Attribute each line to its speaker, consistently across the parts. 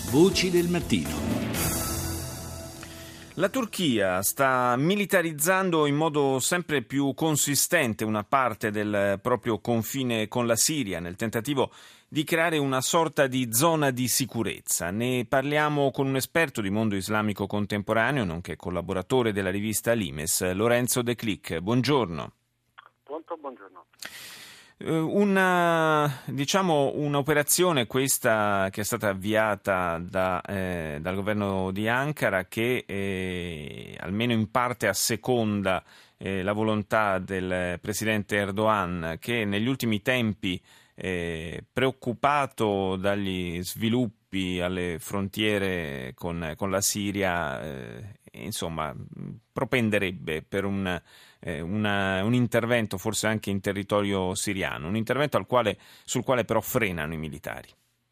Speaker 1: Voci del mattino.
Speaker 2: La Turchia sta militarizzando in modo sempre più consistente una parte del proprio confine con la Siria nel tentativo di creare una sorta di zona di sicurezza. Ne parliamo con un esperto di mondo islamico contemporaneo, nonché collaboratore della rivista Limes, Lorenzo De Click. Buongiorno.
Speaker 3: Pronto, buongiorno.
Speaker 2: Un'operazione questa che è stata avviata dal governo di Ankara che almeno in parte asseconda la volontà del presidente Erdogan, che negli ultimi tempi, preoccupato dagli sviluppi alle frontiere con la Siria, propenderebbe per un intervento forse anche in territorio siriano, un intervento sul quale però frenano i militari.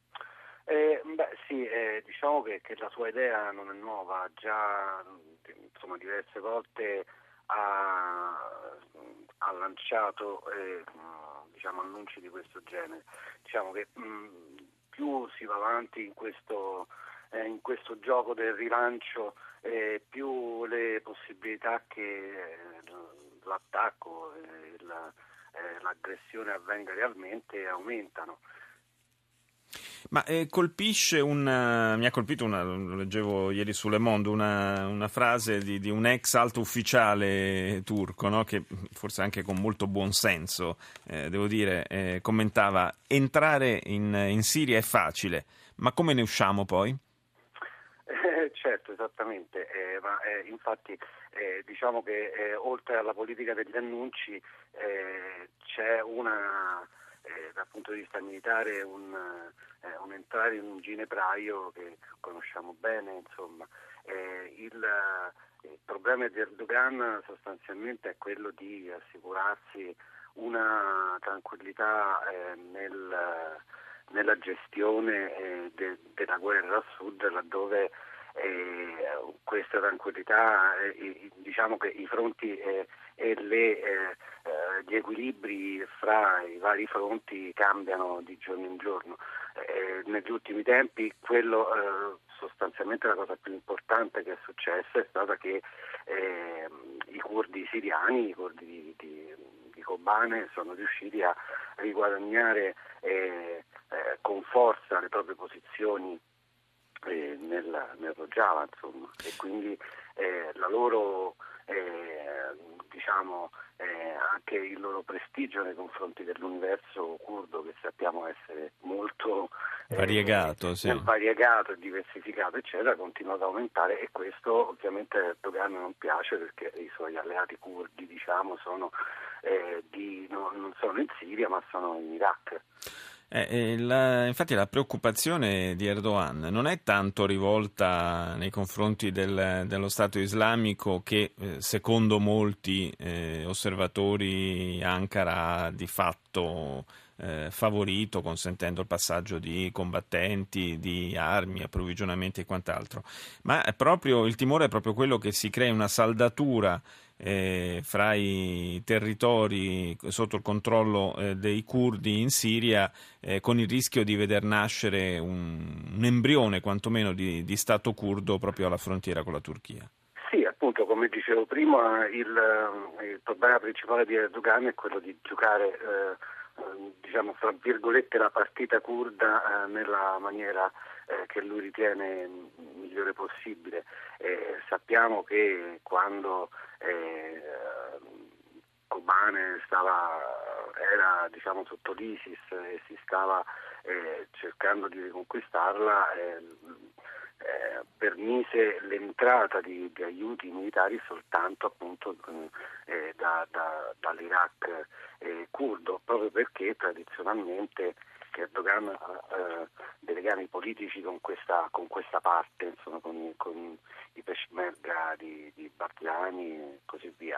Speaker 3: Diciamo che la sua idea non è nuova, già diverse volte ha lanciato annunci di questo genere. Diciamo che più si va avanti in questo gioco del rilancio, più le possibilità che l'attacco e l'aggressione avvenga realmente aumentano.
Speaker 2: Ma mi ha colpito lo leggevo ieri su Le Monde, una frase di un ex alto ufficiale turco, no? Che forse anche con molto buon senso, devo dire, commentava: entrare in Siria è facile, ma come ne usciamo poi?
Speaker 3: Certo, esattamente, infatti diciamo che oltre alla politica degli annunci c'è dal punto di vista militare un entrare in un ginepraio che conosciamo bene, insomma. Il problema di Erdogan sostanzialmente è quello di assicurarsi una tranquillità nella gestione della guerra a sud, laddove questa tranquillità, diciamo che i fronti e gli equilibri fra i vari fronti cambiano di giorno in giorno. Negli ultimi tempi sostanzialmente la cosa più importante che è successa è stata che i curdi siriani, i curdi di Kobane, sono riusciti a riguadagnare con forza le proprie posizioni nel Rojava, insomma, e quindi la loro anche il loro prestigio nei confronti dell'universo curdo, che sappiamo essere molto
Speaker 2: variegato, sì.
Speaker 3: variegato e diversificato, eccetera, continua ad aumentare, e questo ovviamente a Erdogan non piace, perché i suoi alleati curdi, non sono in Siria ma sono in Iraq.
Speaker 2: Infatti la preoccupazione di Erdogan non è tanto rivolta nei confronti dello Stato islamico, che secondo molti osservatori Ankara ha di fatto favorito, consentendo il passaggio di combattenti, di armi, approvvigionamenti e quant'altro, ma il timore è proprio quello che si crei una saldatura fra i territori sotto il controllo dei curdi in Siria, con il rischio di veder nascere un embrione quantomeno di Stato curdo proprio alla frontiera con la Turchia.
Speaker 3: Sì, appunto, come dicevo prima, il problema principale di Erdogan è quello di giocare fra virgolette la partita curda nella maniera che lui ritiene migliore possibile. Sappiamo che quando Kobane era sotto l'ISIS e si stava cercando di riconquistarla, permise l'entrata di aiuti militari soltanto appunto dall'Iraq curdo, proprio perché tradizionalmente Erdogan ha dei legami politici con questa parte, insomma, con i Peshmerga di Barzani e così via.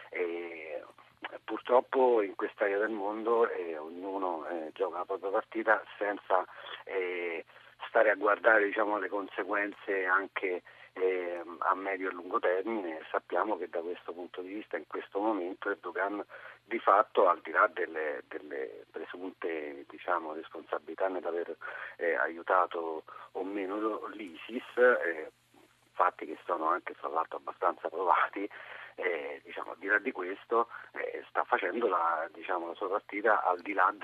Speaker 3: Purtroppo in quest'area del mondo ognuno gioca la propria partita senza stare a guardare, diciamo, le conseguenze anche a medio e lungo termine. Sappiamo che da questo punto di vista in questo momento Erdogan di fatto, al di là delle presunte, diciamo, responsabilità nell'aver aiutato o meno l'ISIS, fatti che sono anche fra l'altro abbastanza provati, diciamo, al di là di questo sta facendo la sua partita al di là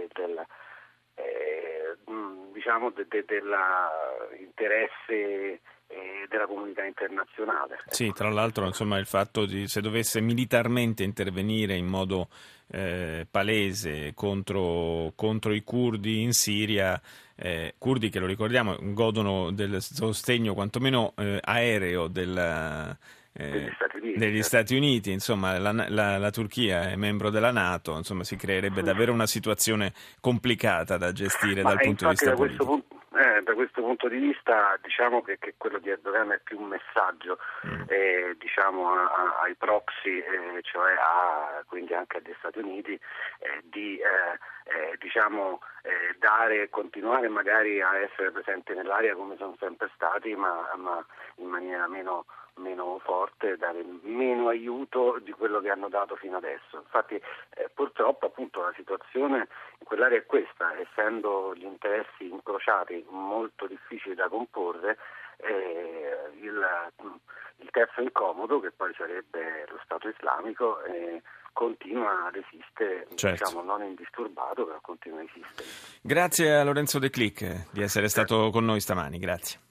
Speaker 3: dell'interesse della comunità internazionale.
Speaker 2: Sì, tra l'altro, insomma, il fatto di se dovesse militarmente intervenire in modo palese contro i curdi in Siria, curdi che, lo ricordiamo, godono del sostegno quantomeno aereo degli Stati Uniti, insomma la Turchia è membro della NATO, insomma si creerebbe davvero una situazione complicata da gestire dal punto di vista politico.
Speaker 3: Da questo punto di vista, diciamo che quello di Erdogan è più un messaggio diciamo ai proxy, cioè quindi anche agli Stati Uniti, di continuare magari a essere presenti nell'area come sono sempre stati, ma in maniera meno forte, dare meno aiuto di quello che hanno dato fino adesso. Infatti purtroppo appunto la situazione in quell'area è questa, essendo gli interessi incrociati molto difficili da comporre, il terzo incomodo, che poi sarebbe lo Stato islamico, continua ad esistere,
Speaker 2: certo.
Speaker 3: Diciamo non indisturbato, però continua ad esistere.
Speaker 2: Grazie a Lorenzo De Clicq di essere stato con noi stamani, grazie.